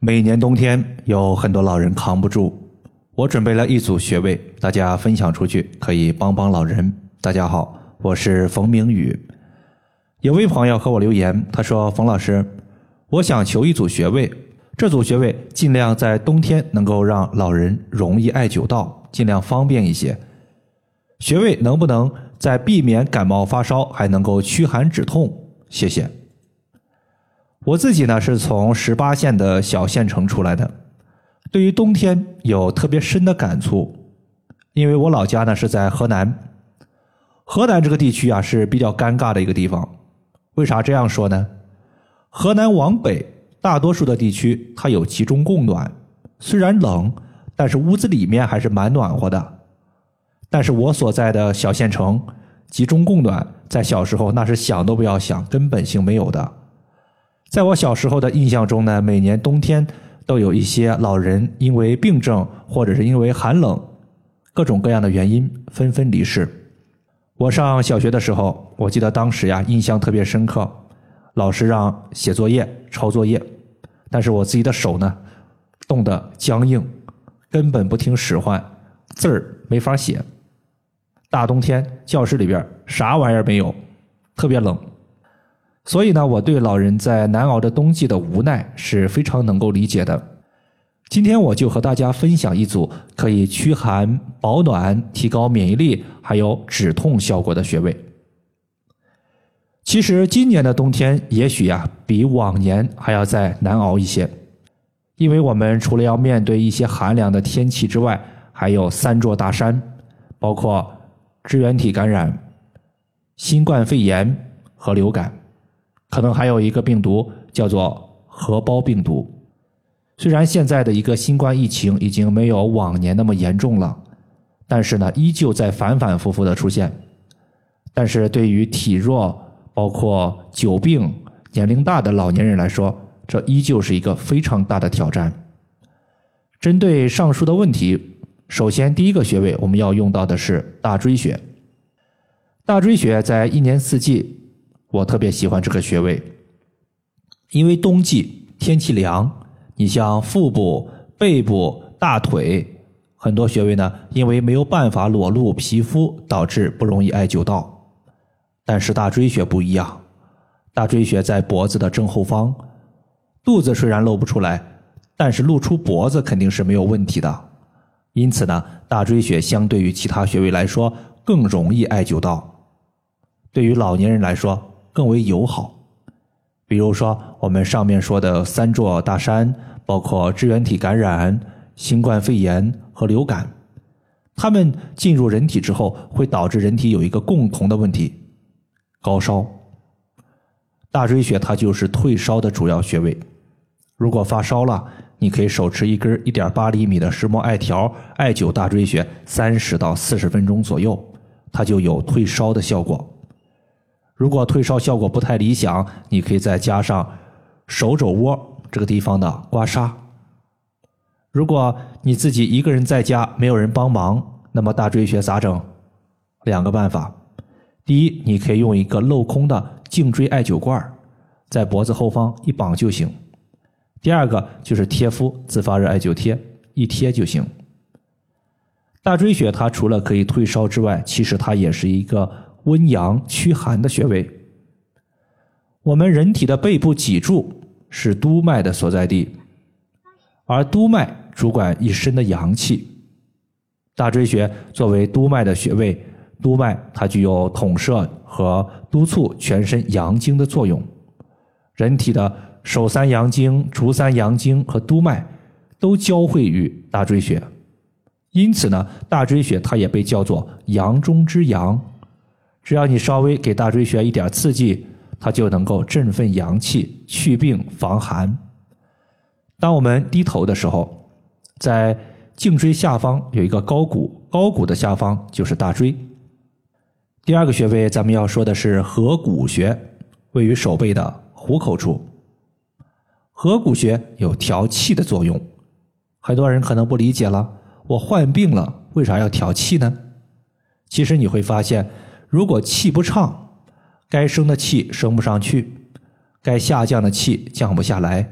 每年冬天有很多老人扛不住，我准备了一组穴位，大家分享出去可以帮帮老人。大家好，我是冯明宇。有位朋友和我留言，他说冯老师，我想求一组穴位，这组穴位尽量在冬天能够让老人容易艾灸到，尽量方便一些。穴位能不能在避免感冒发烧还能够驱寒止痛？谢谢。我自己呢是从18线的小县城出来的，对于冬天有特别深的感触，因为我老家呢是在河南。河南这个地区啊是比较尴尬的一个地方。为啥这样说呢？河南往北大多数的地区它有集中供暖，虽然冷，但是屋子里面还是蛮暖和的。但是我所在的小县城集中供暖，在小时候那是想都不要想，根本性没有的。在我小时候的印象中呢，每年冬天都有一些老人因为病症或者是因为寒冷各种各样的原因纷纷离世。我上小学的时候，我记得当时呀印象特别深刻，老师让写作业抄作业，但是我自己的手呢冻得僵硬，根本不听使唤，字儿没法写。大冬天教室里边啥玩意儿没有，特别冷。所以呢，我对老人在难熬的冬季的无奈是非常能够理解的。今天我就和大家分享一组可以驱寒、保暖、提高免疫力还有止痛效果的穴位。其实今年的冬天也许比往年还要再难熬一些，因为我们除了要面对一些寒凉的天气之外，还有3座大山，包括支原体感染、新冠肺炎和流感，可能还有一个病毒叫做荷包病毒。虽然现在的一个新冠疫情已经没有往年那么严重了，但是呢依旧在反反复复的出现。但是对于体弱包括久病年龄大的老年人来说，这依旧是一个非常大的挑战。针对上述的问题，首先第一个穴位我们要用到的是大椎穴。大椎穴在一年四季我特别喜欢这个穴位，因为冬季天气凉，你像腹部、背部、大腿很多穴位呢，因为没有办法裸露皮肤，导致不容易艾灸到。但是大椎穴不一样，大椎穴在脖子的正后方，肚子虽然露不出来，但是露出脖子肯定是没有问题的。因此呢，大椎穴相对于其他穴位来说更容易艾灸到，对于老年人来说更为友好。比如说我们上面说的3座大山，包括支原体感染、新冠肺炎和流感，它们进入人体之后会导致人体有一个共同的问题，高烧。大椎穴它就是退烧的主要穴位。如果发烧了，你可以手持一根 1.8 厘米的石墨艾条，艾灸大椎穴30到40分钟左右，它就有退烧的效果。如果退烧效果不太理想，你可以再加上手肘窝这个地方的刮痧。如果你自己一个人在家没有人帮忙，那么大椎穴咋整？2个办法。第一，你可以用一个镂空的颈椎艾灸罐，在脖子后方一绑就行。第二个就是贴敷自发热艾灸贴，一贴就行。大椎穴它除了可以退烧之外，其实它也是一个温阳驱寒的穴位。我们人体的背部脊柱是督脉的所在地，而督脉主管一身的阳气。大椎穴作为督脉的穴位，督脉它具有统摄和督促全身阳经的作用。人体的手三阳经、足三阳经和督脉都交汇于大椎穴，因此呢，大椎穴它也被叫做阳中之阳。只要你稍微给大椎穴一点刺激，它就能够振奋阳气，祛病防寒。当我们低头的时候，在颈椎下方有一个高骨，高骨的下方就是大椎。第二个穴位咱们要说的是合谷穴，位于手背的虎口处。合谷穴有调气的作用，很多人可能不理解了，我患病了为啥要调气呢？其实你会发现，如果气不畅，该升的气升不上去，该下降的气降不下来，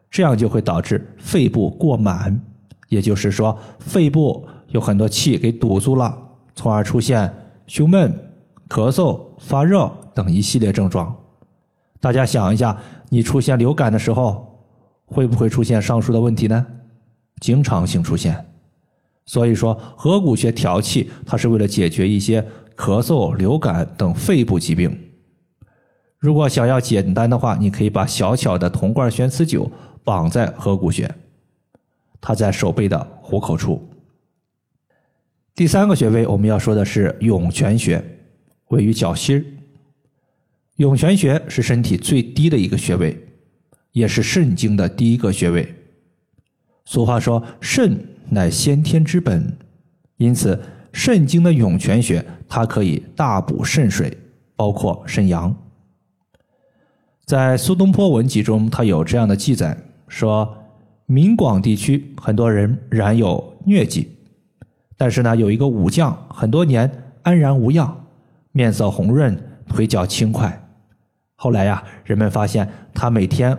这样就会导致肺部过满，也就是说肺部有很多气给堵住了，从而出现胸闷、咳嗽、发热等一系列症状。大家想一下，你出现流感的时候会不会出现上述的问题呢？经常性出现。所以说合谷穴调气它是为了解决一些咳嗽、流感等肺部疾病。如果想要简单的话，你可以把小巧的铜罐悬磁灸绑在合谷穴，它在手背的虎口处。第3个穴位我们要说的是涌泉穴，位于脚心。涌泉穴是身体最低的一个穴位，也是肾经的第1个穴位。俗话说肾乃先天之本，因此肾经的涌泉穴它可以大补肾水，包括肾阳。在苏东坡文集中，它有这样的记载，说闽广地区很多人染有疟疾，但是呢有一个武将很多年安然无恙，面色红润，腿脚轻快。后来呀，人们发现他每天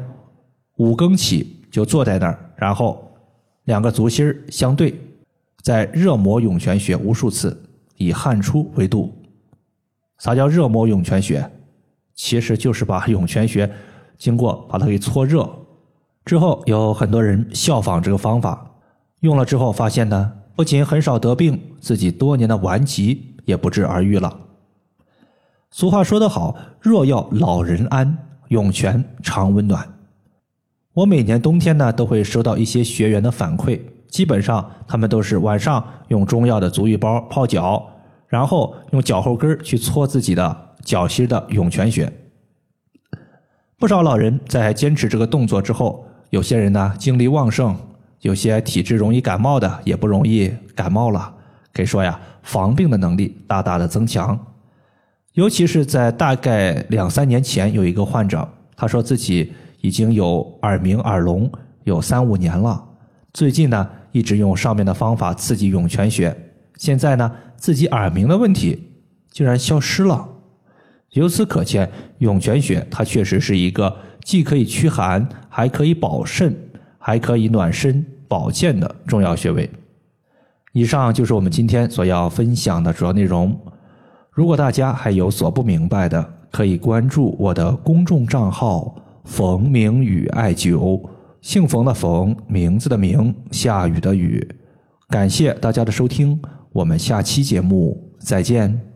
5更起就坐在那儿，然后2个足心相对，在热摩涌泉穴无数次，以汗出为度。啥叫热摩涌泉穴？其实就是把涌泉穴经过把它给搓热之后，有很多人效仿这个方法，用了之后发现呢，不仅很少得病，自己多年的顽疾也不治而愈了。俗话说得好，若要老人安，涌泉常温暖。我每年冬天呢都会收到一些学员的反馈，基本上他们都是晚上用中药的足浴包泡脚，然后用脚后跟去搓自己的脚心的涌泉穴。不少老人在坚持这个动作之后，有些人呢精力旺盛，有些体质容易感冒的也不容易感冒了，可以说呀防病的能力大大的增强。尤其是在大概2-3年前，有一个患者，他说自己已经有耳鸣耳聋有3-5年了，最近呢一直用上面的方法刺激涌泉穴，现在呢自己耳鸣的问题竟然消失了。由此可见，涌泉穴它确实是一个既可以驱寒，还可以保肾，还可以暖身保健的重要穴位。以上就是我们今天所要分享的主要内容。如果大家还有所不明白的，可以关注我的公众账号冯明宇艾灸，姓冯的冯，名字的名，下雨的雨。感谢大家的收听，我们下期节目再见。